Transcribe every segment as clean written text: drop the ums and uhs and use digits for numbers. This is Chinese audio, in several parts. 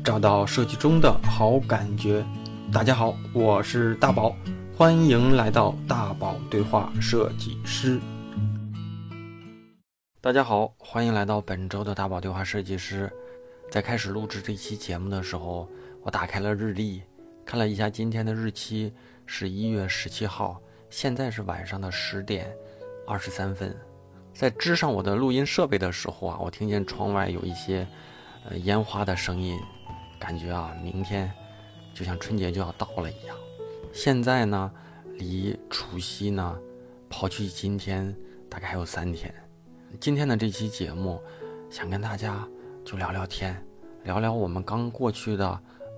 找到设计中的好感觉。大家好，我是大宝，欢迎来到大宝对话设计师。大家好，欢迎来到本周的大宝对话设计师。在开始录制这期节目的时候，我打开了日历，看了一下今天的日期是1月17号，现在是晚上的10点23分。在支上我的录音设备的时候啊，我听见窗外有一些烟花的声音，感觉啊明天就像春节就要到了一样。现在呢离除夕呢刨去今天大概还有3天。今天的这期节目想跟大家就聊聊天，聊聊我们刚过去的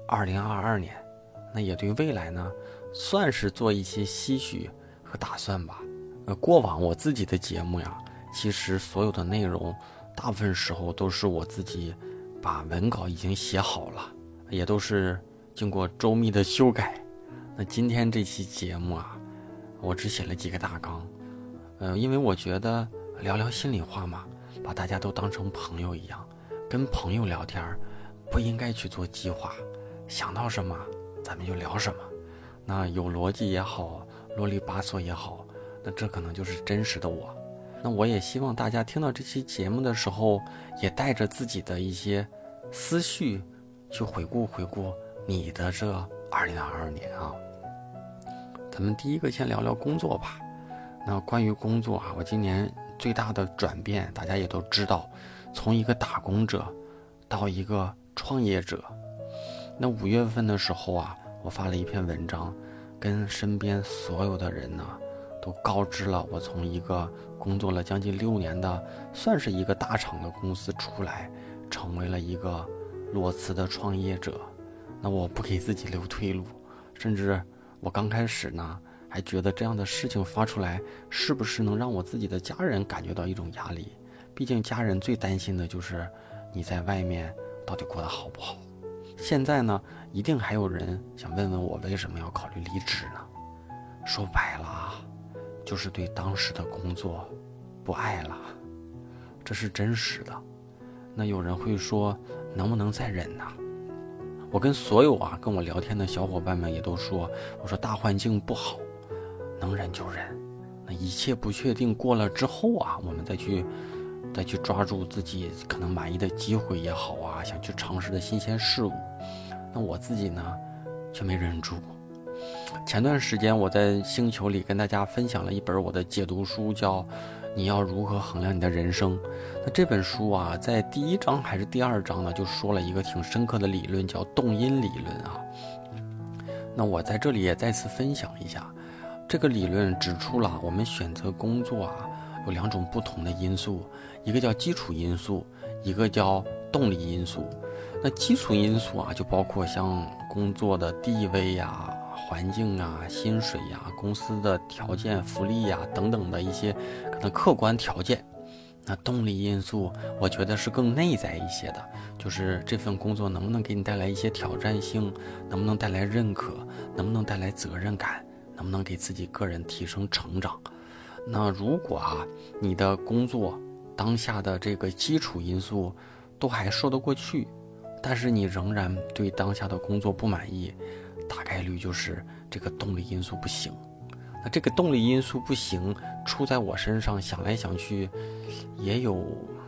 2022年，那也对未来呢算是做一些期许和打算吧。过往我自己的节目呀，其实所有的内容大部分时候都是我自己把文稿已经写好了，也都是经过周密的修改。那今天这期节目啊，我只写了几个大纲，因为我觉得聊聊心里话嘛，把大家都当成朋友一样，跟朋友聊天不应该去做计划，想到什么咱们就聊什么。那有逻辑也好，啰里吧嗦也好，那这可能就是真实的我。那我也希望大家听到这期节目的时候，也带着自己的一些思绪去回顾你的这2022年啊。咱们第一个先聊聊工作吧。那关于工作啊，我今年最大的转变大家也都知道，从一个打工者到一个创业者。那5月份的时候啊，我发了一篇文章，跟身边所有的人呢都告知了我从一个工作了将近6年的算是一个大厂的公司出来，成为了一个裸辞的创业者。那我不给自己留退路，甚至我刚开始呢还觉得这样的事情发出来是不是能让我自己的家人感觉到一种压力，毕竟家人最担心的就是你在外面到底过得好不好。现在呢一定还有人想问问我为什么要考虑离职呢？说白了就是对当时的工作不爱了，这是真实的。那有人会说能不能再忍呢？我跟所有跟我聊天的小伙伴们也都说，我说大环境不好，能忍就忍，那一切不确定过了之后啊，我们再去抓住自己可能满意的机会也好啊，想去尝试的新鲜事物。那我自己呢却没忍住。前段时间我在星球里跟大家分享了一本我的解读书，叫你要如何衡量你的人生。那这本书啊，在第1章还是第2章呢，就说了一个挺深刻的理论，叫动因理论啊。那我在这里也再次分享一下，这个理论指出了我们选择工作啊有2种不同的因素，一个叫基础因素，一个叫动力因素。那基础因素啊就包括像工作的地位呀、环境啊、薪水呀、公司的条件、福利呀等等的一些可能客观条件。那动力因素我觉得是更内在一些的，就是这份工作能不能给你带来一些挑战性，能不能带来认可，能不能带来责任感，能不能给自己个人提升成长。那如果你的工作当下的这个基础因素都还说得过去，但是你仍然对当下的工作不满意，大概率就是这个动力因素不行。那这个动力因素不行，出在我身上想来想去也有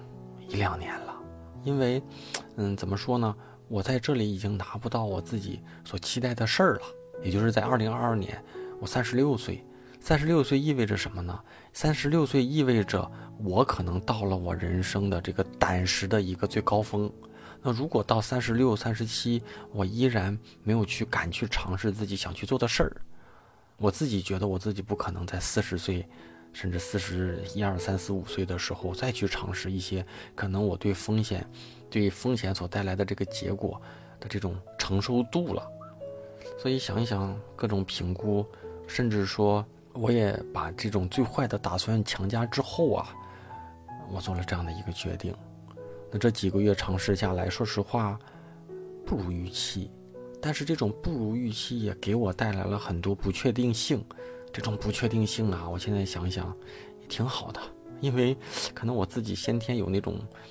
1-2年了。因为怎么说呢，我在这里已经拿不到我自己所期待的事儿了。也就是在2022年我36岁，36岁意味着什么呢？36岁意味着我可能到了我人生的这个胆识的一个最高峰。那如果到36、37，我依然没有敢去尝试自己想去做的事儿，我自己觉得我自己不可能在40岁，甚至41、2、3、4、5岁的时候再去尝试一些可能我对风险所带来的这个结果的这种承受度了。所以想一想各种评估，甚至说我也把这种最坏的打算强加之后啊，我做了这样的一个决定。那这几个月尝试下来，说实话不如预期，但是这种不如预期也给我带来了很多不确定性。这种不确定性啊，我现在想想也挺好的，因为可能我自己先天有那种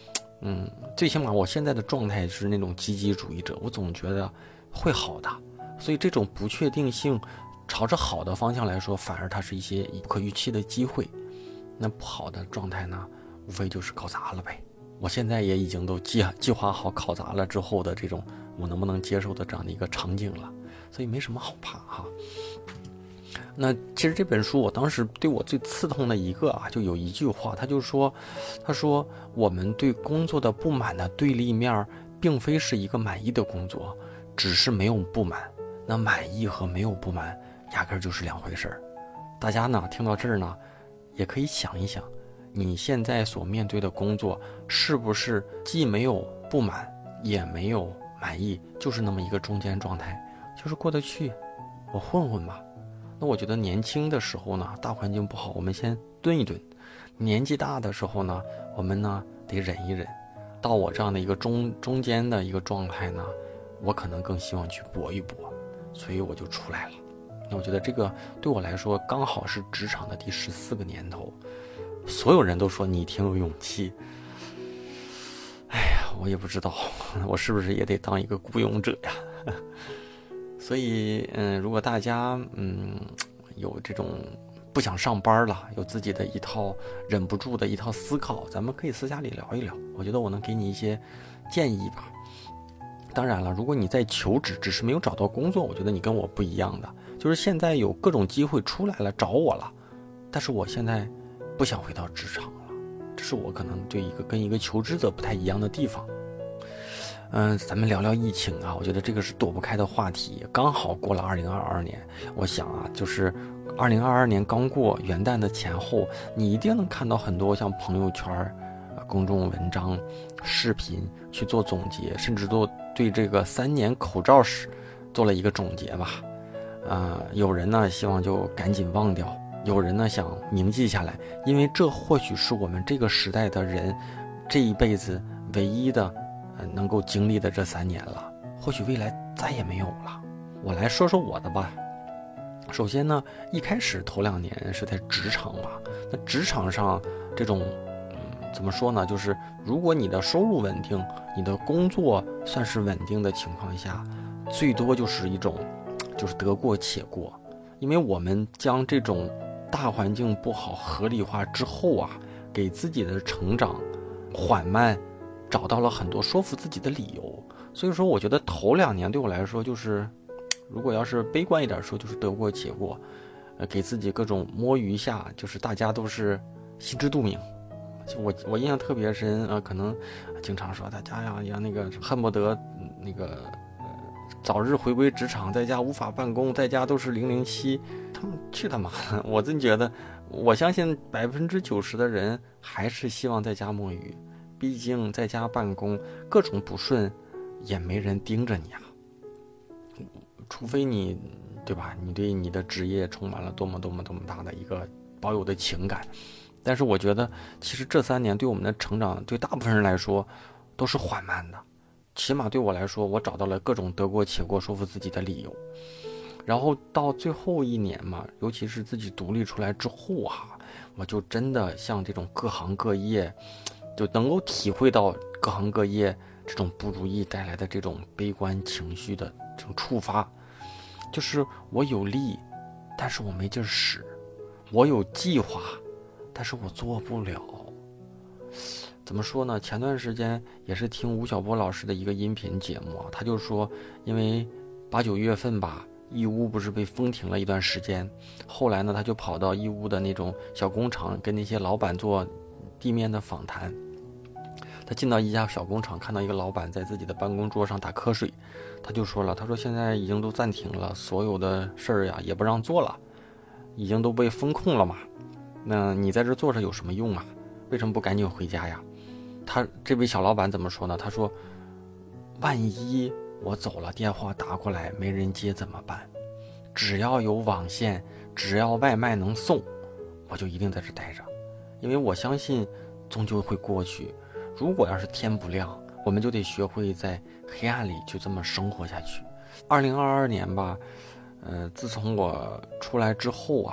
最起码我现在的状态是那种积极主义者，我总觉得会好的，所以这种不确定性朝着好的方向来说，反而它是一些不可预期的机会。那不好的状态呢，无非就是考砸了呗。我现在也已经都计划好考砸了之后的这种我能不能接受的这样的一个场景了，所以没什么好怕哈。那其实这本书我当时对我最刺痛的一个就有一句话，他说我们对工作的不满的对立面并非是一个满意的工作，只是没有不满。那满意和没有不满压根就是两回事儿。大家呢听到这儿呢，也可以想一想，你现在所面对的工作是不是既没有不满也没有满意，就是那么一个中间状态，就是过得去，我混混吧。那我觉得年轻的时候呢，大环境不好，我们先蹲一蹲；年纪大的时候呢，我们呢得忍一忍。到我这样的一个中间的一个状态呢，我可能更希望去搏一搏，所以我就出来了。那我觉得这个对我来说刚好是职场的第14个年头。所有人都说你挺有勇气，哎呀，我也不知道我是不是也得当一个孤勇者呀。所以如果大家有这种不想上班了，有自己的一套忍不住的一套思考，咱们可以私下里聊一聊，我觉得我能给你一些建议吧。当然了，如果你在求职只是没有找到工作，我觉得你跟我不一样的，就是现在有各种机会出来了找我了，但是我现在不想回到职场了，这是我可能对跟一个求职者不太一样的地方。咱们聊聊疫情啊，我觉得这个是躲不开的话题。刚好过了2022年，我想就是2022年刚过元旦的前后，你一定能看到很多像朋友圈、公众文章、视频去做总结，甚至都对这个3年口罩史做了一个总结吧。有人呢希望就赶紧忘掉，有人呢想铭记下来，因为这或许是我们这个时代的人这一辈子唯一的能够经历的这3年了，或许未来再也没有了。我来说说我的吧。首先呢，一开始头2年是在职场嘛，那职场上这种怎么说呢，就是如果你的收入稳定，你的工作算是稳定的情况下，最多就是一种就是得过且过。因为我们将这种大环境不好合理化之后给自己的成长缓慢找到了很多说服自己的理由。所以说我觉得头2年对我来说，就是如果要是悲观一点说，就是得过且过，给自己各种摸鱼下，就是大家都是心知肚明。就我印象特别深可能经常说大家呀那个恨不得那个早日回归职场，在家无法办公，在家都是007，他们去他妈的！我真觉得，我相信90%的人还是希望在家摸鱼，毕竟在家办公各种不顺也没人盯着你除非你对吧，你对你的职业充满了多么大的一个保有的情感。但是我觉得其实这3年对我们的成长，对大部分人来说都是缓慢的，起码对我来说，我找到了各种得过且过说服自己的理由。然后到最后1年嘛，尤其是自己独立出来之后我就真的像这种各行各业，就能够体会到各行各业这种不如意带来的这种悲观情绪的这种触发。就是我有力，但是我没劲使；我有计划，但是我做不了。怎么说呢？前段时间也是听吴晓波老师的一个音频节目他就说，因为8、9月份吧，义乌不是被封停了一段时间，后来呢，他就跑到义乌的那种小工厂，跟那些老板做地面的访谈。他进到一家小工厂，看到一个老板在自己的办公桌上打瞌睡，他就说了，他说现在已经都暂停了，所有的事儿也不让做了，已经都被封控了嘛。那你在这坐着有什么用啊？为什么不赶紧回家呀？他这位小老板怎么说呢？他说，万一我走了，电话打过来没人接怎么办？只要有网线，只要外卖能送，我就一定在这待着，因为我相信终究会过去。如果要是天不亮，我们就得学会在黑暗里就这么生活下去。2022年吧，自从我出来之后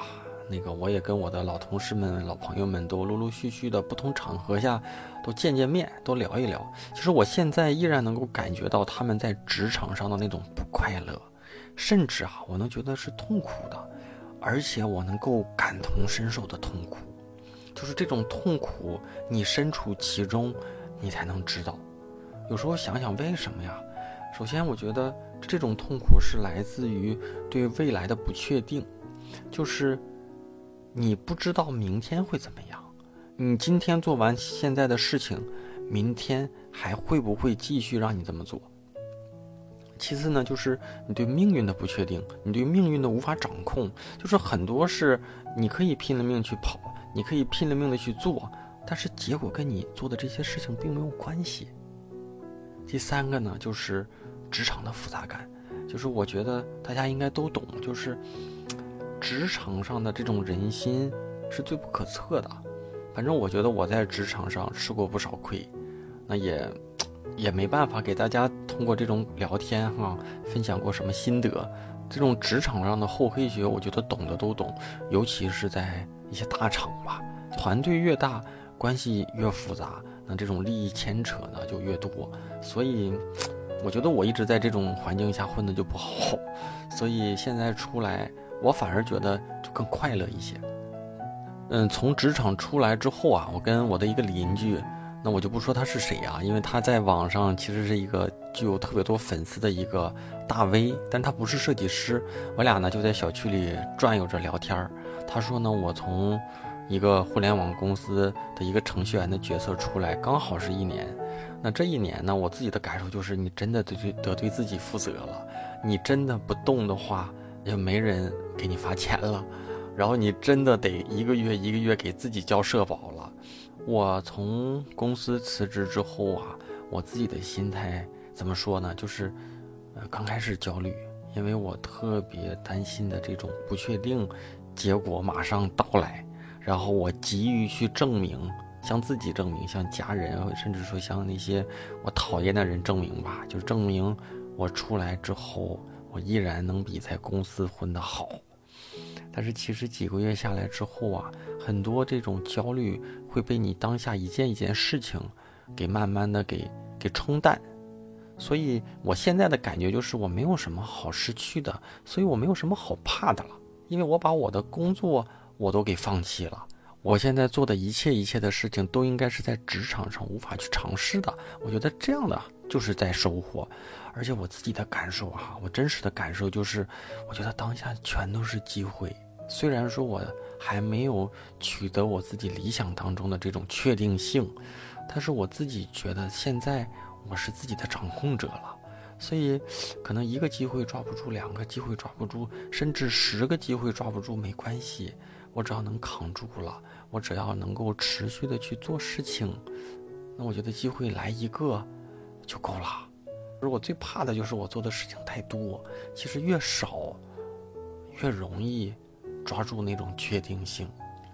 我也跟我的老同事们、老朋友们都陆陆续续的不同场合下都见面，都聊一聊。其实我现在依然能够感觉到他们在职场上的那种不快乐，甚至我能觉得是痛苦的，而且我能够感同身受的痛苦。就是这种痛苦，你身处其中，你才能知道。有时候想想为什么呀？首先，我觉得这种痛苦是来自于对未来的不确定，就是你不知道明天会怎么样，你今天做完现在的事情，明天还会不会继续让你这么做？其次呢，就是你对命运的不确定，你对命运的无法掌控，就是很多事你可以拼了命去跑，你可以拼了命的去做，但是结果跟你做的这些事情并没有关系。第三个呢，就是职场的复杂感，就是我觉得大家应该都懂，就是职场上的这种人心是最不可测的。反正我觉得我在职场上吃过不少亏，那也没办法给大家通过这种聊天分享过什么心得。这种职场上的厚黑学，我觉得懂的都懂，尤其是在一些大厂吧，团队越大，关系越复杂，那这种利益牵扯呢就越多。所以我觉得我一直在这种环境下混的就不好，所以现在出来，我反而觉得就更快乐一些。从职场出来之后我跟我的一个邻居，那我就不说他是谁因为他在网上其实是一个具有特别多粉丝的一个大 V， 但他不是设计师。我俩呢就在小区里转悠着聊天。他说呢，我从一个互联网公司的一个程序员的角色出来，刚好是1年。那这1年呢，我自己的感受就是，你真的得对自己负责了。你真的不动的话，就没人给你发钱了。然后你真的得一个月给自己交社保了。我从公司辞职之后我自己的心态怎么说呢？就是刚开始焦虑，因为我特别担心的这种不确定结果马上到来，然后我急于去证明，向自己证明，向家人，甚至说向那些我讨厌的人证明吧，就是证明我出来之后，我依然能比在公司混得好。但是其实几个月下来之后很多这种焦虑会被你当下一件一件事情给慢慢的给冲淡。所以我现在的感觉就是我没有什么好失去的，所以我没有什么好怕的了，因为我把我的工作我都给放弃了。我现在做的一切的事情都应该是在职场上无法去尝试的，我觉得这样的就是在收获。而且我自己的感受我真实的感受就是，我觉得当下全都是机会。虽然说我还没有取得我自己理想当中的这种确定性，但是我自己觉得现在我是自己的掌控者了。所以可能1个机会抓不住，2个机会抓不住，甚至10个机会抓不住没关系，我只要能扛住了，我只要能够持续的去做事情，那我觉得机会来1个就够了。我最怕的就是我做的事情太多，其实越少越容易抓住那种确定性。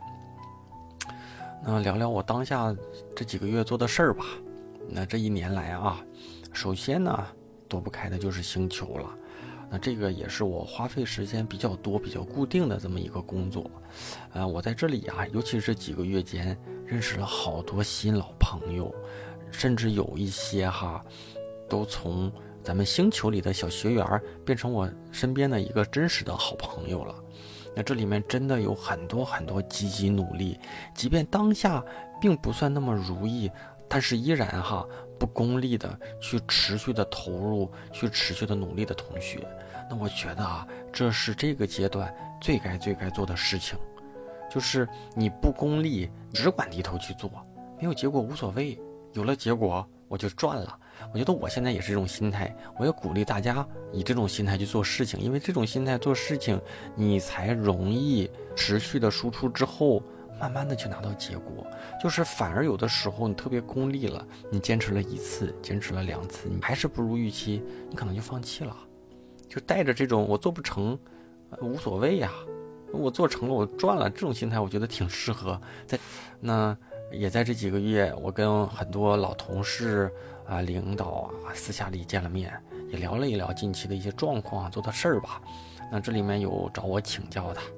那聊聊我当下这几个月做的事儿吧。那这1年来首先呢，躲不开的就是星球了。那这个也是我花费时间比较多、比较固定的这么一个工作。我在这里尤其是几个月间认识了好多新老朋友，甚至有一些都从咱们星球里的小学员变成我身边的一个真实的好朋友了。那这里面真的有很多很多积极努力，即便当下并不算那么如意，但是依然不功利的去持续的投入，去持续的努力的同学。那我觉得这是这个阶段最该做的事情，就是你不功利，只管低头去做，没有结果无所谓，有了结果我就赚了。我觉得我现在也是这种心态，我也鼓励大家以这种心态去做事情，因为这种心态做事情，你才容易持续的输出之后，慢慢的去拿到结果。就是反而有的时候你特别功利了，你坚持了1次，坚持了2次，你还是不如预期，你可能就放弃了。就带着这种我做不成无所谓我做成了我赚了这种心态，我觉得挺适合。也在这几个月，我跟很多老同事领导私下里见了面，也聊了一聊近期的一些状况，做的事儿吧。那这里面有找我请教的，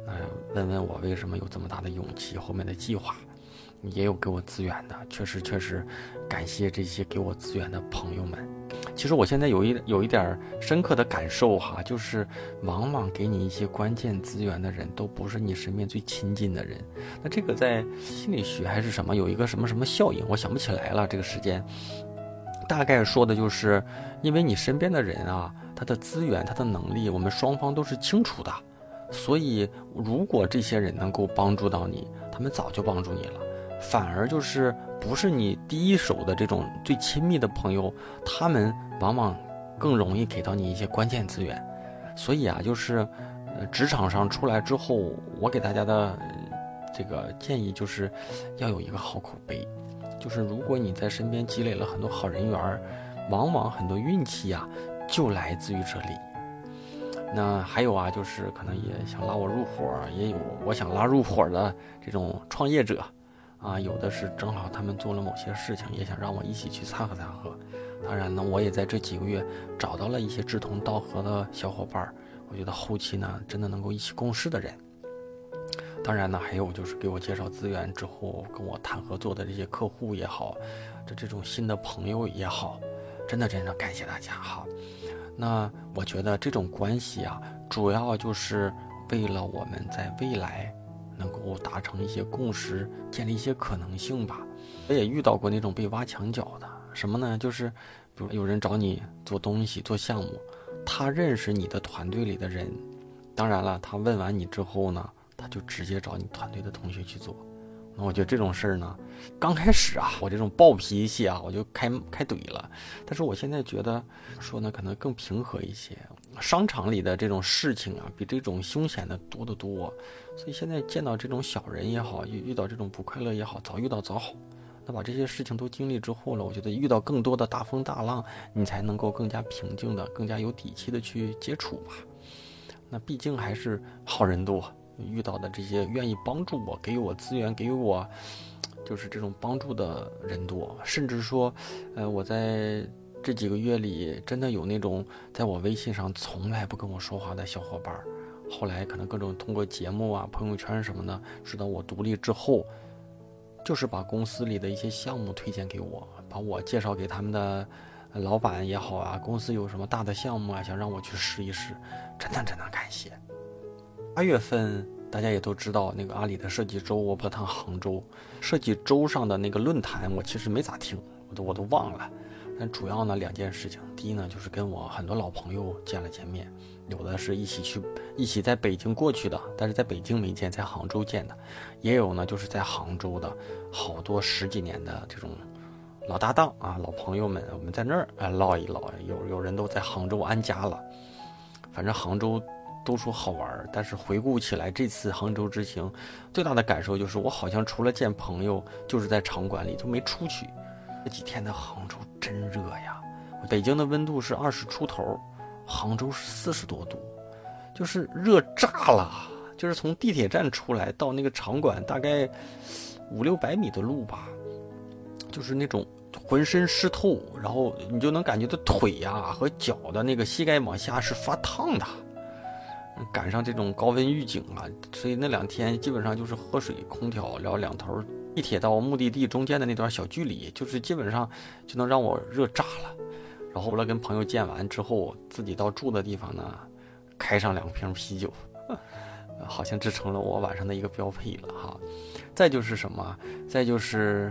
问问我为什么有这么大的勇气，后面的计划，也有给我资源的，确实感谢这些给我资源的朋友们。其实我现在有一点深刻的感受哈，就是往往给你一些关键资源的人都不是你身边最亲近的人。那这个在心理学还是什么有一个什么效应，我想不起来了，这个时间大概说的就是因为你身边的人啊，他的资源他的能力我们双方都是清楚的，所以如果这些人能够帮助到你，他们早就帮助你了。反而就是不是你第一手的这种最亲密的朋友，他们往往更容易给到你一些关键资源。所以啊，就是职场上出来之后，我给大家的这个建议就是要有一个好口碑。就是如果你在身边积累了很多好人缘，往往很多运气啊就来自于这里。那还有啊，就是可能也想拉我入伙，也有我想拉入伙的这种创业者啊，有的是正好他们做了某些事情，也想让我一起去掺和掺和。当然呢，我也在这几个月找到了一些志同道合的小伙伴，我觉得后期呢真的能够一起共事的人。当然呢，还有就是给我介绍资源之后跟我谈合作的这些客户也好，这种新的朋友也好，真的感谢大家哈。那我觉得这种关系啊，主要就是为了我们在未来能够达成一些共识，建立一些可能性吧。我也遇到过那种被挖墙脚的，什么呢？就是比如有人找你做东西做项目，他认识你的团队里的人，当然了，他问完你之后呢，他就直接找你团队的同学去做。那我觉得这种事儿呢，刚开始啊，我这种暴脾气啊，我就开怼了。但是我现在觉得说呢，可能更平和一些。商场里的这种事情啊，比这种凶险的多得多。所以现在见到这种小人也好，遇到这种不快乐也好，早遇到早好。那把这些事情都经历之后了，我觉得遇到更多的大风大浪，你才能够更加平静的、更加有底气的去接触吧。那毕竟还是好人多。遇到的这些愿意帮助我、给我资源、给我就是这种帮助的人多，甚至说，我在这几个月里真的有那种在我微信上从来不跟我说话的小伙伴，后来可能各种通过节目啊、朋友圈什么的，知道我独立之后，就是把公司里的一些项目推荐给我，把我介绍给他们的老板也好啊，公司有什么大的项目啊，想让我去试一试，真的感谢。8月份大家也都知道，那个阿里的设计周，我跑趟杭州，设计周上的那个论坛，我其实没咋听，我都忘了。但主要呢2件事情，第一呢就是跟我很多老朋友见了见面，有的是一起在北京过去的，但是在北京没见，在杭州见的，也有呢就是在杭州的好多10几年的这种老搭档啊，老朋友们，我们在那儿唠一唠，有人都在杭州安家了。反正杭州都说好玩，但是回顾起来，这次杭州之行最大的感受就是，我好像除了见朋友，就是在场馆里就没出去。这几天的杭州真热呀，北京的温度是20出头，杭州是40多度，就是热炸了。就是从地铁站出来到那个场馆，大概500-600米的路吧，就是那种浑身湿透，然后你就能感觉到腿呀和脚的那个膝盖往下是发烫的。赶上这种高温预警啊，所以那2天基本上就是喝水、空调，然后2头地铁到目的地中间的那段小距离，就是基本上就能让我热炸了。然后后来跟朋友见完之后，自己到住的地方呢，开上2瓶啤酒，好像这成了我晚上的一个标配了哈。再就是什么？再就是，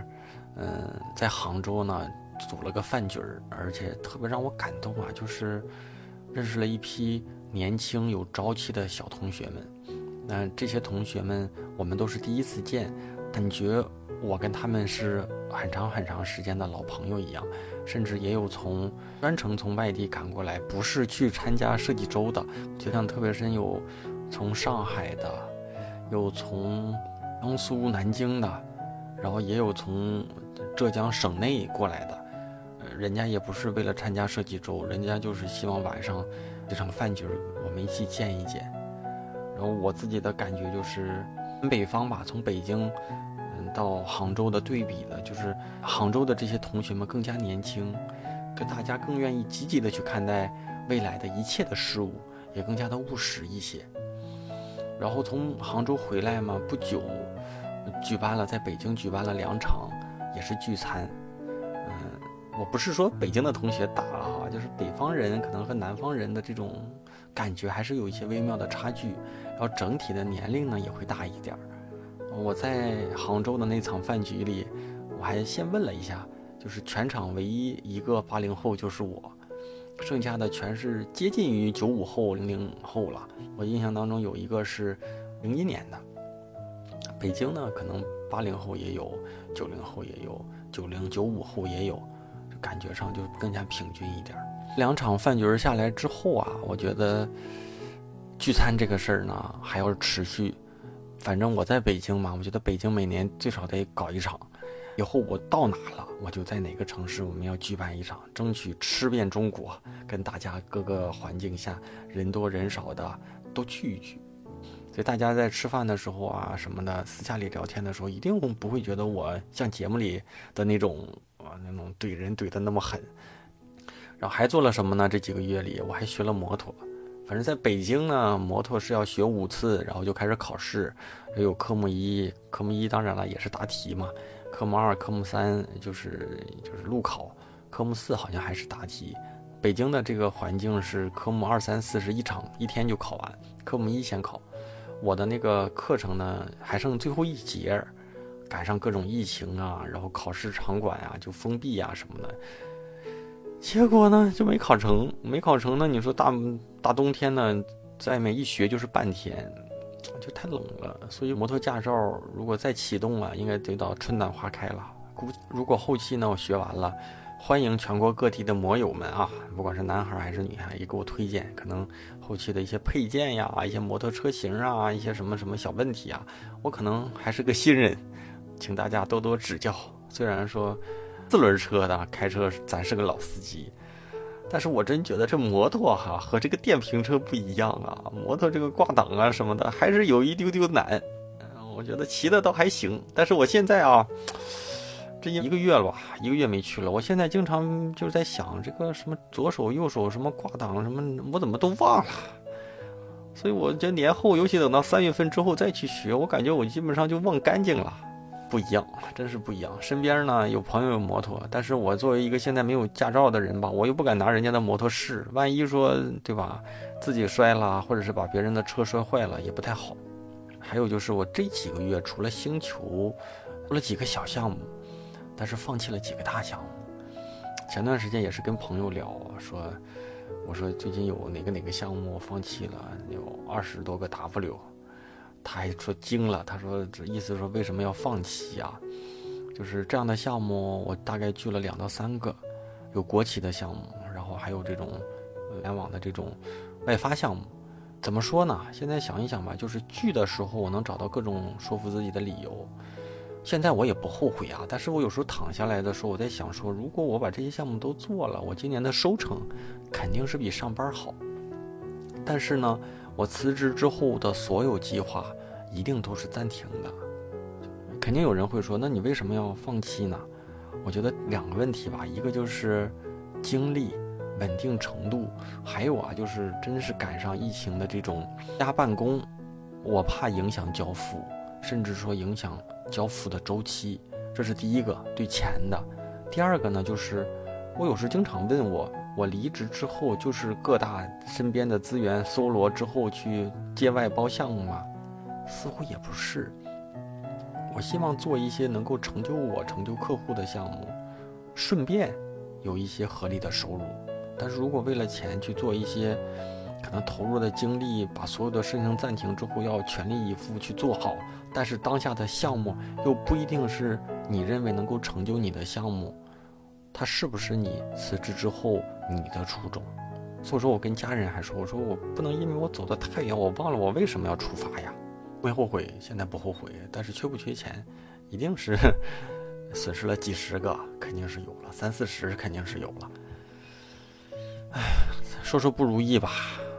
在杭州呢组了个饭局儿，而且特别让我感动啊，就是认识了一批年轻有朝气的小同学们。那这些同学们我们都是第一次见，感觉我跟他们是很长时间的老朋友一样，甚至也有专程从外地赶过来，不是去参加设计周的，就像特别深，有从上海的，有从江苏南京的，然后也有从浙江省内过来的。人家也不是为了参加设计周，人家就是希望晚上这场饭局我们一起见一见。然后我自己的感觉就是北方吧，从北京到杭州的对比的，就是杭州的这些同学们更加年轻，跟大家更愿意积极的去看待未来的一切的事物，也更加的务实一些。 然后从杭州回来嘛，不久在北京举办了2场，也是聚餐。我不是说北京的同学大了哈，就是北方人可能和南方人的这种感觉还是有一些微妙的差距，然后整体的年龄呢也会大一点。我在杭州的那场饭局里，我还先问了一下，就是全场唯一一个80后就是我，剩下的全是接近于95后、00后了。我印象当中有一个是01年的。北京呢，可能80后也有，90后也有，90、95后也有，就感觉上就更加平均一点。2场饭局下来之后啊，我觉得聚餐这个事儿呢还要持续。反正我在北京嘛，我觉得北京每年最少得搞1场。以后我到哪了，我就在哪个城市我们要举办1场，争取吃遍中国，跟大家各个环境下人多人少的都聚一聚。所以大家在吃饭的时候啊什么的，私下里聊天的时候，一定不会觉得我像节目里的那种怼人怼的那么狠。然后还做了什么呢？这几个月里我还学了摩托。反正在北京呢，摩托是要学5次，然后就开始考试，有科目1，科目1当然了也是答题嘛，科目2、科目3就是路考，科目4好像还是答题。北京的这个环境是科目2、3、4是一天就考完，科目1先考。我的那个课程呢还剩最后1节，赶上各种疫情啊，然后考试场馆啊就封闭啊什么的，结果呢就没考成呢。你说大冬天呢，在外面一学就是半天，就太冷了。所以摩托驾照如果再启动了，应该得到春暖花开了。如果后期呢我学完了，欢迎全国各地的摩友们啊，不管是男孩还是女孩，也给我推荐可能后期的一些配件呀，一些摩托车型啊，一些什么小问题啊，我可能还是个新人，请大家多多指教。虽然说4轮车的开车咱是个老司机，但是我真觉得这摩托和这个电瓶车不一样啊，摩托这个挂档啊什么的还是有一丢丢难。我觉得骑的倒还行，但是我现在啊，这1个月了吧，1个月没去了，我现在经常就是在想这个什么左手右手什么挂档什么，我怎么都忘了。所以我觉得年后，尤其等到3月份之后再去学，我感觉我基本上就忘干净了。不一样，真是不一样。身边呢有朋友有摩托，但是我作为一个现在没有驾照的人吧，我又不敢拿人家的摩托试，万一说对吧，自己摔了，或者是把别人的车摔坏了也不太好。还有就是我这几个月除了星球做了几个小项目，但是放弃了几个大项目。前段时间也是跟朋友聊，我说最近有哪个项目我放弃了，有20多个 W， 他还说惊了，他说这意思说为什么要放弃啊？就是这样的项目我大概聚了2到3个，有国企的项目，然后还有这种联网的这种外发项目。怎么说呢？现在想一想吧，就是聚的时候我能找到各种说服自己的理由。现在我也不后悔啊，但是我有时候躺下来的时候，我在想说，如果我把这些项目都做了，我今年的收成肯定是比上班好。但是呢，我辞职之后的所有计划一定都是暂停的。肯定有人会说，那你为什么要放弃呢？我觉得2个问题吧，一个就是精力稳定程度，还有啊就是真是赶上疫情的这种加办公，我怕影响交付，甚至说影响交付的周期，这是第一个对钱的。第二个呢，就是我有时经常问我离职之后就是各大身边的资源搜罗之后去接外包项目吗？似乎也不是。我希望做一些能够成就我成就客户的项目，顺便有一些合理的收入。但是如果为了钱去做一些可能投入的精力，把所有的事情暂停之后要全力以赴去做好，但是当下的项目又不一定是你认为能够成就你的项目，它是不是你辞职之后你的初衷？所以说我跟家人还说，我说我不能因为我走得太远，我忘了我为什么要出发呀。会后悔，现在不后悔，但是缺不缺钱一定是损失了几十个，肯定是有了，30、40肯定是有了。说说不如意吧，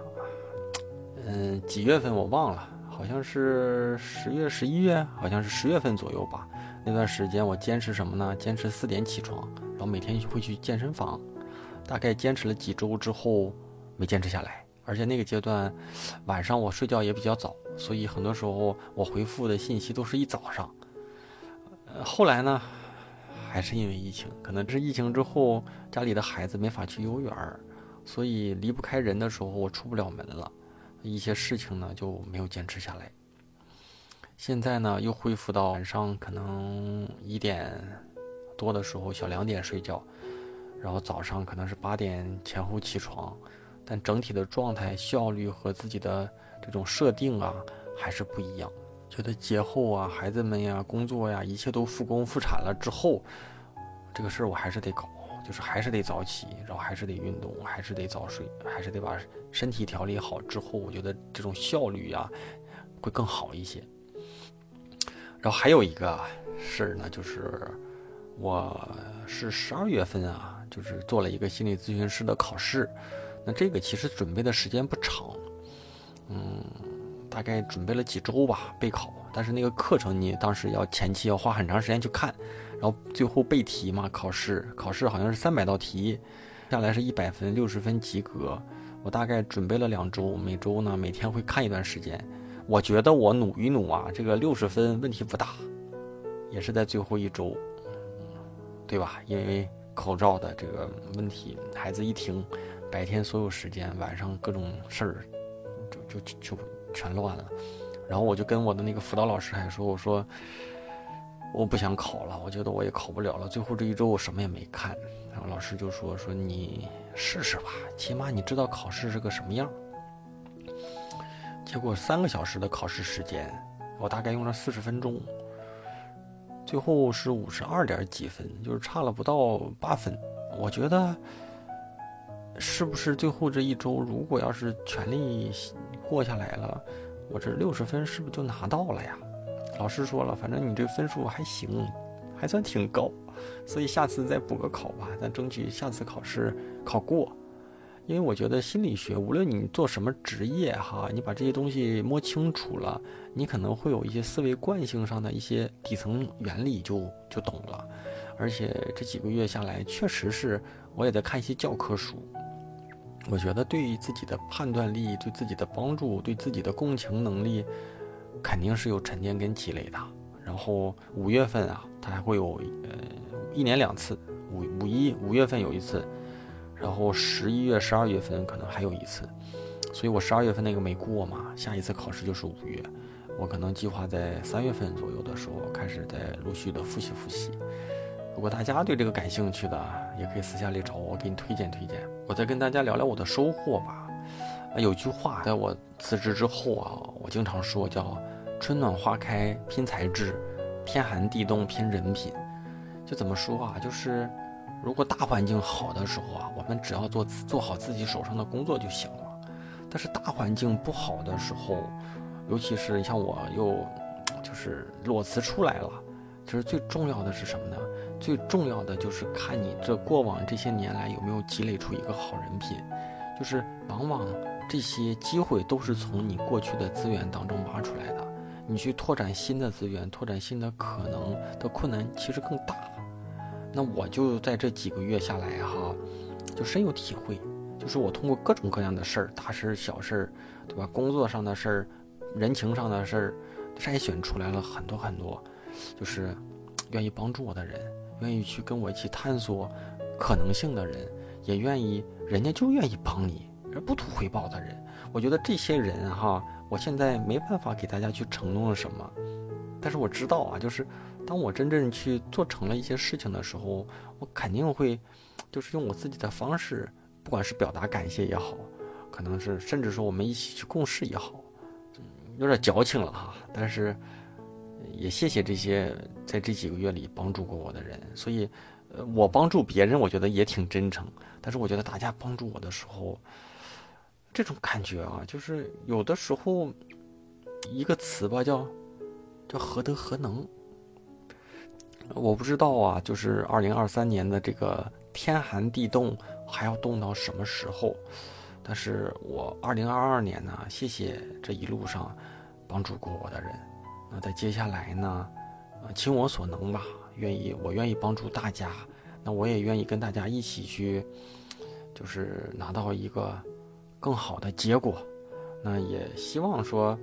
几月份我忘了，好像是10月、11月，好像是10月份左右吧。那段时间我坚持什么呢？坚持4点起床，然后每天会去健身房。大概坚持了几周之后，没坚持下来，而且那个阶段晚上我睡觉也比较早， 所以很多时候我回复的信息都是一早上。后来呢，还是因为疫情，可能这疫情之后家里的孩子没法去幼儿园，所以离不开人的时候我出不了门了，一些事情呢就没有坚持下来。现在呢又恢复到晚上可能1点多的时候小2点睡觉，然后早上可能是8点前后起床，但整体的状态效率和自己的这种设定啊还是不一样。觉得节后啊孩子们呀工作呀一切都复工复产了之后，这个事儿我还是得搞，就是还是得早起，然后还是得运动，还是得早睡，还是得把身体调理好之后，我觉得这种效率啊会更好一些。然后还有一个事儿呢，就是我是12月份啊，就是做了一个心理咨询师的考试。那这个其实准备的时间不长，大概准备了几周吧备考。但是那个课程你当时前期要花很长时间去看，然后最后背题嘛，考试好像是300道题，下来是100分，60分及格。我大概准备了2周，每周呢每天会看一段时间。我觉得我努一努啊，这个60分问题不大，也是在最后1周，对吧？因为口罩的这个问题，孩子一停，白天所有时间，晚上各种事儿就全乱了。然后我就跟我的那个辅导老师还说，我说我不想考了，我觉得我也考不了了，最后这1周我什么也没看。然后老师就说你试试吧，起码你知道考试是个什么样。结果3个小时的考试时间，我大概用了40分钟，最后是52点几分，就是差了不到8分。我觉得是不是最后这1周如果要是全力过下来了，我这60分是不是就拿到了呀？老师说了，反正你这分数还行，还算挺高，所以下次再补个考吧，咱争取下次考试考过。因为我觉得心理学无论你做什么职业哈，你把这些东西摸清楚了，你可能会有一些思维惯性上的一些底层原理就懂了。而且这几个月下来，确实是我也在看一些教科书，我觉得对于自己的判断力、对自己的帮助、对自己的共情能力，肯定是有沉淀跟积累的。然后5月份啊，它还会有1年2次，五月份有一次。然后11月、12月份可能还有一次，所以我12月份那个没过嘛，下一次考试就是5月，我可能计划在3月份左右的时候开始再陆续的复习。如果大家对这个感兴趣的，也可以私下里找我，给你推荐。我再跟大家聊聊我的收获吧。有句话在我辞职之后啊，我经常说叫春暖花开拼才智，天寒地冻拼人品。就怎么说啊，就是如果大环境好的时候啊，我们只要做好自己手上的工作就行了。但是大环境不好的时候，尤其是像我又就是裸辞出来了，其实最重要的是什么呢？最重要的就是看你这过往这些年来有没有积累出一个好人品。就是往往这些机会都是从你过去的资源当中挖出来的，你去拓展新的资源，拓展新的可能的困难其实更大。那我就在这几个月下来哈，就深有体会，就是我通过各种各样的事儿，大事小事，对吧？工作上的事儿，人情上的事儿，筛选出来了很多，就是愿意帮助我的人，愿意去跟我一起探索可能性的人，也愿意人家就愿意帮你而不图回报的人。我觉得这些人哈，我现在没办法给大家去承诺什么，但是我知道啊，就是当我真正去做成了一些事情的时候，我肯定会就是用我自己的方式，不管是表达感谢也好，可能是甚至说我们一起去共事也好，有点矫情了哈，但是也谢谢这些在这几个月里帮助过我的人。所以我帮助别人我觉得也挺真诚，但是我觉得大家帮助我的时候，这种感觉啊，就是有的时候一个词吧，叫何德何能。我不知道啊，就是2023年的这个天寒地冻还要冻到什么时候，但是我2022年呢，谢谢这一路上帮助过我的人。那在接下来呢，尽我所能吧，我愿意帮助大家，那我也愿意跟大家一起去，就是拿到一个更好的结果。那也希望说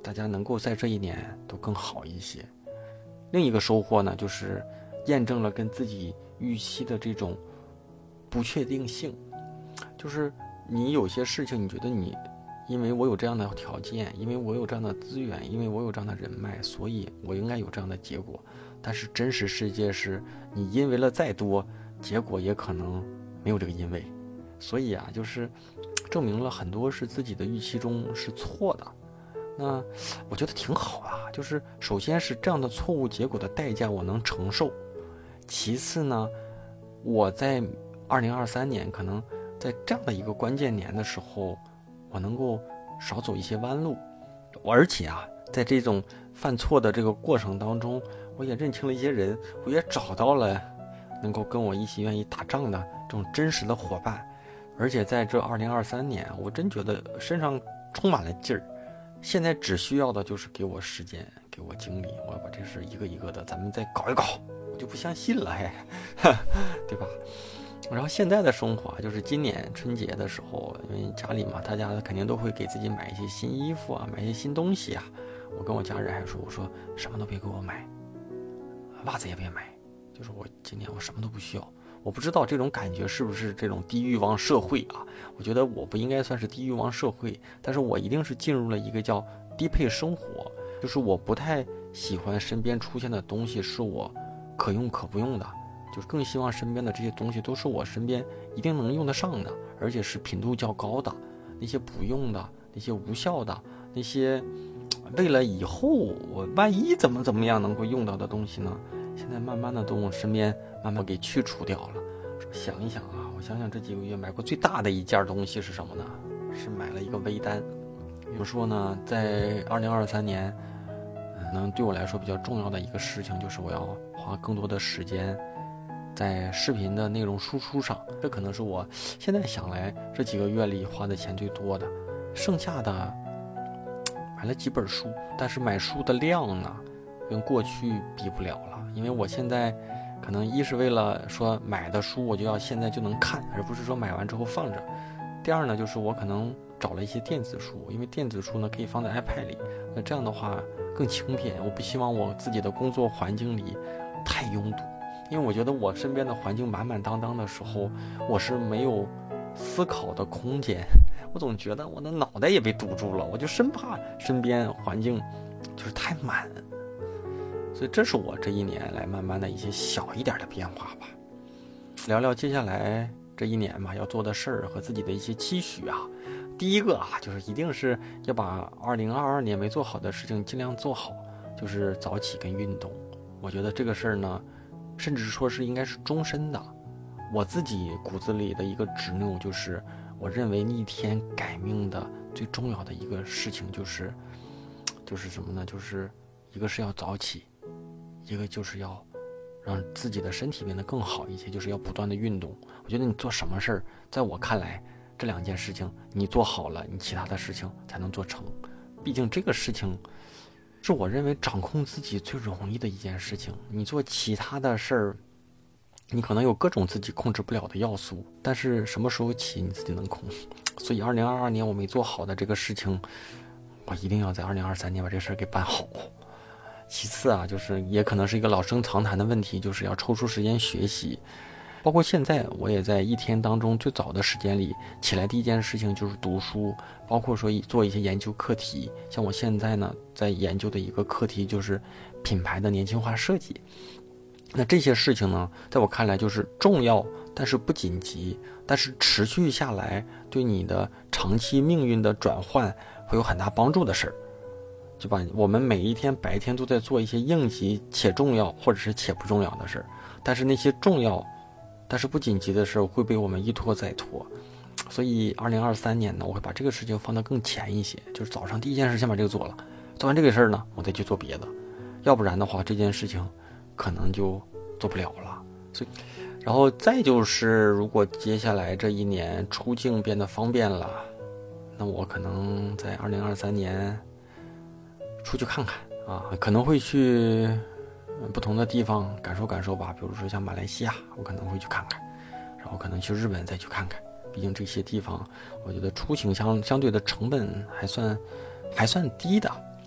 大家能够在这一年都更好一些。另一个收获呢，就是验证了跟自己预期的这种不确定性，就是你有些事情你觉得你因为我有这样的条件，因为我有这样的资源，因为我有这样的人脉，所以我应该有这样的结果。但是真实世界是你因为了再多，结果也可能没有这个因为。所以啊，就是证明了很多是自己的预期中是错的。那我觉得挺好啊，就是首先是这样的错误结果的代价我能承受，其次呢，我在2023年可能在这样的一个关键年的时候，我能够少走一些弯路，而且啊，在这种犯错的这个过程当中，我也认清了一些人，我也找到了能够跟我一起愿意打仗的这种真实的伙伴，而且在这2023年，我真觉得身上充满了劲儿。现在只需要的就是给我时间，给我精力，我要把这事一个一个的咱们再搞一搞，我就不相信了，对吧？然后现在的生活就是今年春节的时候，因为家里嘛，大家肯定都会给自己买一些新衣服啊，买一些新东西啊。我跟我家人还说，我说什么都别给我买，袜子也别买，就是我今年我什么都不需要。我不知道这种感觉是不是这种低欲望社会啊？我觉得我不应该算是低欲望社会，但是我一定是进入了一个叫低配生活，就是我不太喜欢身边出现的东西是我可用可不用的，就是更希望身边的这些东西都是我身边一定能用得上的，而且是频度较高的。那些不用的，那些无效的，那些为了以后我万一怎么样能够用到的东西呢，现在慢慢的都我身边慢慢给去除掉了。想一想啊，我想想这几个月买过最大的一件东西是什么呢？是买了一个微单。比如说呢，在2023年，对我来说比较重要的一个事情就是我要花更多的时间在视频的内容输出上，这可能是我现在想来这几个月里花的钱最多的。剩下的买了几本书，但是买书的量呢，跟过去比不了了，因为我现在可能一是为了说买的书我就要现在就能看，而不是说买完之后放着。第二呢，就是我可能找了一些电子书，因为电子书呢可以放在 iPad 里，那这样的话更轻便。我不希望我自己的工作环境里太拥堵，因为我觉得我身边的环境满满当当的时候，我是没有思考的空间，我总觉得我的脑袋也被堵住了，我就生怕身边环境就是太满。所以这是我这一年来慢慢的一些小一点的变化吧。聊聊接下来这一年嘛要做的事儿和自己的一些期许啊。第一个啊，就是一定是要把2022年没做好的事情尽量做好，就是早起跟运动。我觉得这个事儿呢，甚至说是应该是终身的。我自己骨子里的一个执拗就是，我认为逆天改命的最重要的一个事情就是什么呢？就是一个是要早起，一个就是要让自己的身体变得更好一些，就是要不断的运动。我觉得你做什么事儿，在我看来，这两件事情你做好了，你其他的事情才能做成。毕竟这个事情是我认为掌控自己最容易的一件事情。你做其他的事儿，你可能有各种自己控制不了的要素，但是什么时候起你自己能控。所以2022年我没做好的这个事情，我一定要在2023年把这事儿给办好。其次啊，就是也可能是一个老生常谈的问题，就是要抽出时间学习。包括现在我也在一天当中最早的时间里起来，第一件事情就是读书，包括说做一些研究课题。像我现在呢在研究的一个课题就是品牌的年轻化设计。那这些事情呢，在我看来就是重要但是不紧急，但是持续下来对你的长期命运的转换会有很大帮助的事儿。就把我们每一天白天都在做一些应急且重要或者是且不重要的事儿，但是那些重要但是不紧急的事儿会被我们一拖再拖。所以2023年呢，我会把这个事情放得更前一些，就是早上第一件事先把这个做了，做完这个事儿呢，我再去做别的，要不然的话这件事情可能就做不了了。所以然后再就是如果接下来这一年出境变得方便了，那我可能在2023年出去看看啊，可能会去不同的地方感受感受吧。比如说像马来西亚，我可能会去看看，然后可能去日本再去看看。毕竟这些地方我觉得出行相对的成本还算低的。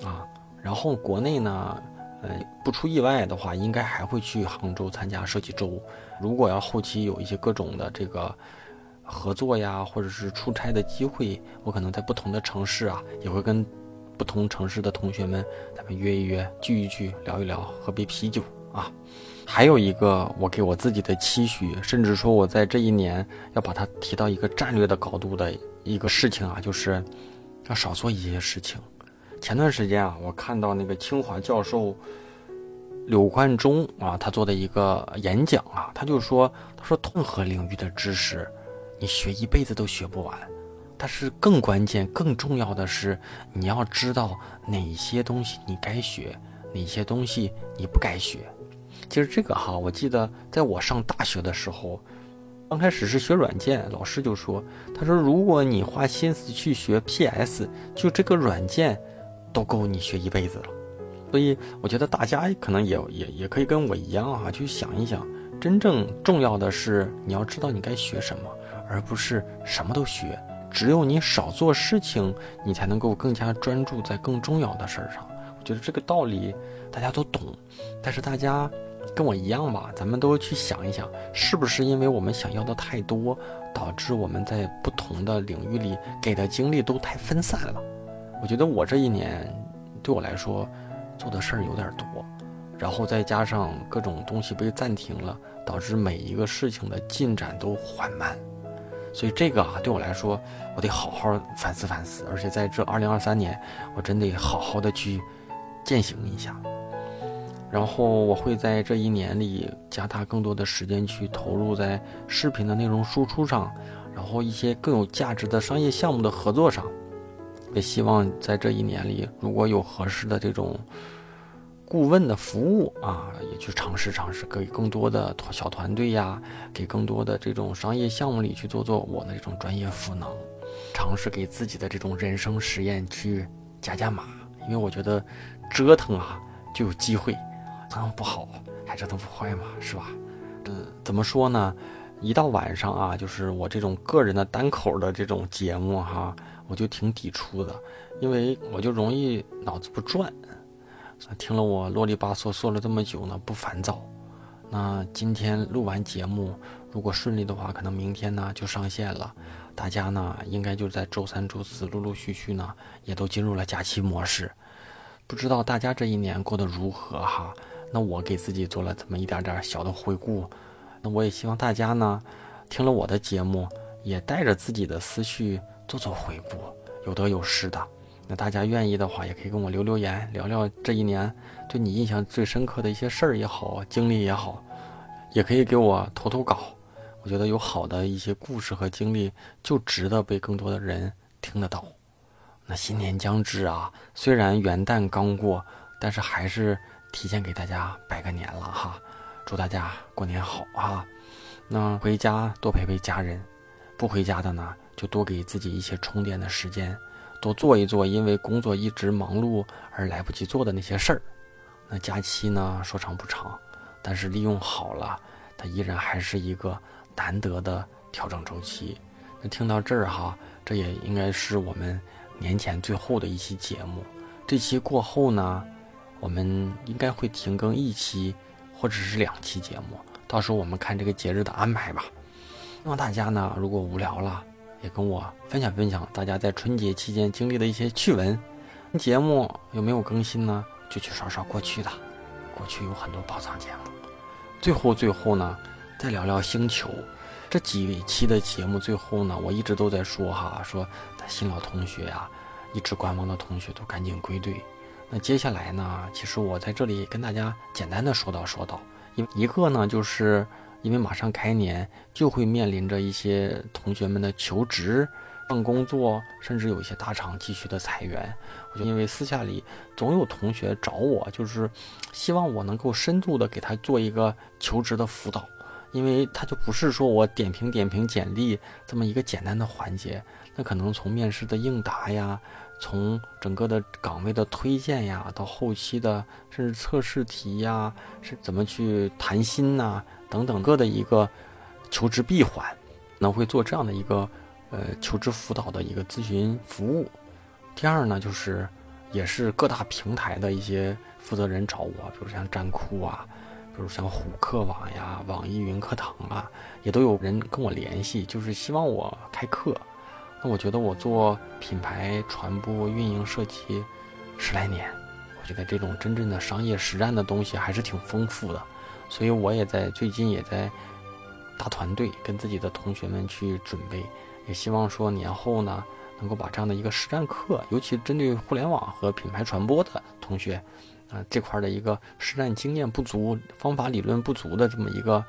啊。然后国内呢，不出意外的话，应该还会去杭州参加设计周。如果要后期有一些各种的这个合作呀，或者是出差的机会，我可能在不同的城市啊，也会跟不同城市的同学们，咱们约一约，聚一聚，聊一聊，喝杯啤酒啊。还有一个我给我自己的期许，甚至说我在这一年要把它提到一个战略的高度的一个事情啊，就是要少做一些事情。前段时间啊，我看到那个清华教授柳贯中啊，他做的一个演讲啊，他说任何领域的知识，你学一辈子都学不完。但是更关键、更重要的是，你要知道哪些东西你该学，哪些东西你不该学。其实这个哈，我记得在我上大学的时候，刚开始是学软件，老师就说，他说如果你花心思去学 PS， 就这个软件都够你学一辈子了。所以我觉得大家可能也可以跟我一样啊，去想一想，真正重要的是你要知道你该学什么，而不是什么都学。只有你少做事情，你才能够更加专注在更重要的事儿上。我觉得这个道理大家都懂，但是大家跟我一样吧，咱们都去想一想，是不是因为我们想要的太多，导致我们在不同的领域里给的精力都太分散了。我觉得我这一年对我来说做的事儿有点多，然后再加上各种东西被暂停了，导致每一个事情的进展都缓慢。所以这个啊，对我来说，我得好好反思反思，而且在这2023年，我真得好好的去践行一下。然后我会在这一年里加大更多的时间去投入在视频的内容输出上，然后一些更有价值的商业项目的合作上。也希望在这一年里，如果有合适的这种顾问的服务啊，也去尝试尝试，给更多的小团队呀，给更多的这种商业项目里去做我的这种专业赋能，尝试给自己的这种人生实验去加码。因为我觉得折腾啊就有机会，折腾不好还折腾不坏嘛，是吧？怎么说呢？一到晚上啊，就是我这种个人的单口的这种节目哈，我就挺抵触的，因为我就容易脑子不转。听了我啰里吧嗦说了这么久呢，不烦躁。那今天录完节目，如果顺利的话，可能明天呢就上线了。大家呢应该就在周三、周四陆陆续续呢也都进入了假期模式。不知道大家这一年过得如何哈？那我给自己做了这么一点点小的回顾。那我也希望大家呢听了我的节目，也带着自己的思绪做回顾，有得有失的。那大家愿意的话，也可以跟我留言，聊聊这一年对你印象最深刻的一些事儿也好，经历也好，也可以给我投稿。我觉得有好的一些故事和经历，就值得被更多的人听得到。那新年将至啊，虽然元旦刚过，但是还是提前给大家拜个年了哈，祝大家过年好啊！那回家多陪陪家人，不回家的呢，就多给自己一些充电的时间。多做一做因为工作一直忙碌而来不及做的那些事儿。那假期呢，说长不长，但是利用好了，它依然还是一个难得的调整周期。那听到这儿哈，这也应该是我们年前最后的一期节目。这期过后呢，我们应该会停更一期或者是2期节目，到时候我们看这个节日的安排吧。那大家呢，如果无聊了，也跟我分享分享大家在春节期间经历的一些趣闻。节目有没有更新呢？就去刷刷过去的，过去有很多宝藏节目。最后呢，再聊聊星球。这几期的节目最后呢，我一直都在说说新老同学呀，一直观望的同学都赶紧归队。那接下来呢，其实我在这里跟大家简单的说道，一个呢就是因为马上开年，就会面临着一些同学们的求职、换工作，甚至有一些大厂继续的裁员。我就因为私下里总有同学找我，就是希望我能够深度的给他做一个求职的辅导，因为他就不是说我点评简历这么一个简单的环节，那可能从面试的应答呀，从整个的岗位的推荐呀，到后期的甚至测试题呀，是怎么去谈薪呐，等等个的一个求职闭环，那会做这样的一个求职辅导的一个咨询服务。第二呢，就是也是各大平台的一些负责人找我，比如像站酷啊，比如像虎课网呀、网易云课堂啊，也都有人跟我联系，就是希望我开课。那我觉得我做品牌传播、运营、设计10来年，我觉得这种真正的商业实战的东西还是挺丰富的，所以我也最近也在大团队跟自己的同学们去准备，也希望说年后呢能够把这样的一个实战课，尤其针对互联网和品牌传播的同学这块的一个实战经验不足、方法理论不足的这么一个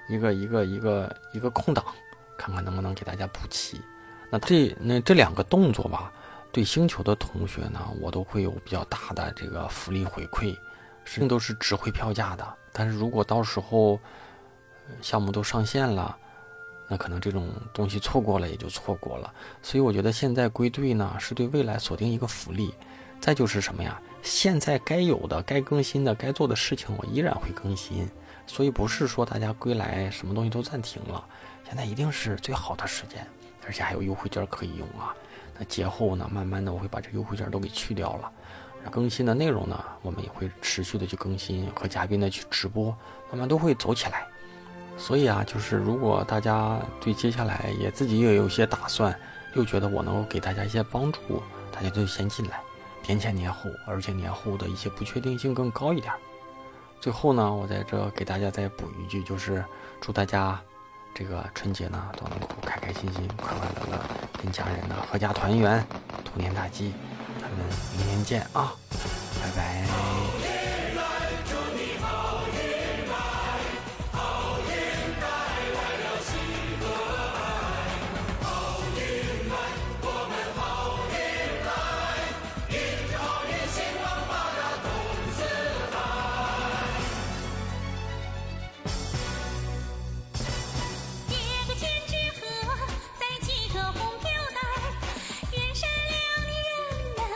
空档，看看能不能给大家补齐。那这2个动作吧，对星球的同学呢，我都会有比较大的这个福利回馈，实际上都是值回票价的。但是如果到时候项目都上线了，那可能这种东西错过了也就错过了。所以我觉得现在归队呢，是对未来锁定一个福利。再就是什么呀？现在该有的、该更新的、该做的事情，我依然会更新。所以不是说大家归来什么东西都暂停了，现在一定是最好的时间，而且还有优惠券可以用啊。那节后呢，慢慢的我会把这优惠券都给去掉了。更新的内容呢，我们也会持续的去更新，和嘉宾的去直播，慢慢都会走起来。所以啊，就是如果大家对接下来也自己也有一些打算，又觉得我能够给大家一些帮助，大家就先进来，年前年后，而且年后的一些不确定性更高一点。最后呢，我在这给大家再补一句，就是祝大家这个春节呢都能够开开心心、快快乐乐，跟家人呢阖家团圆，兔年大吉。咱们明年见啊，拜拜。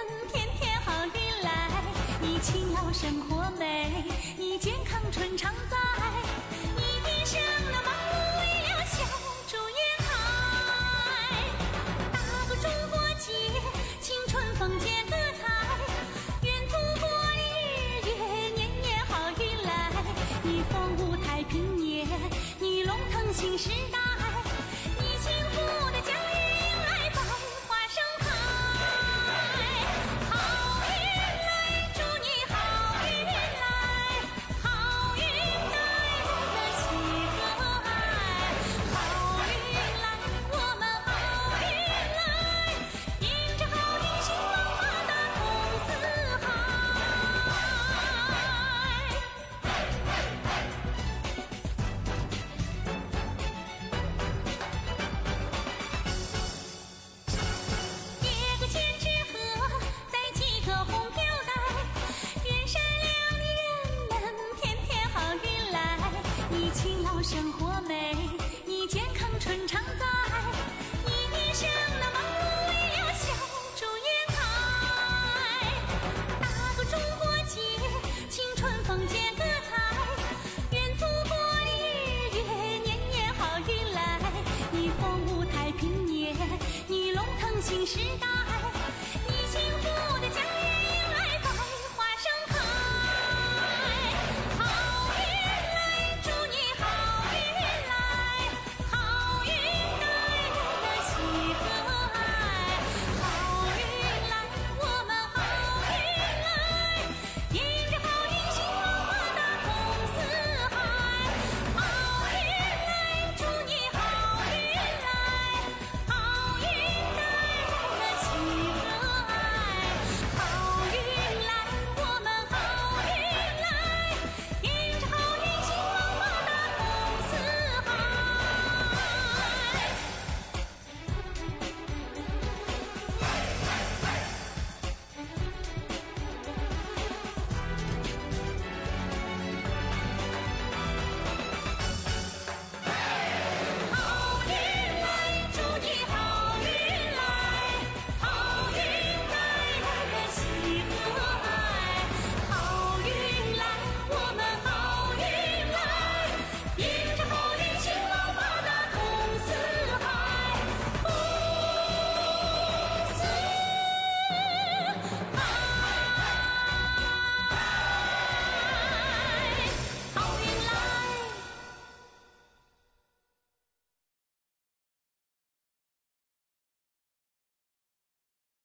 生活美，你健康春常在。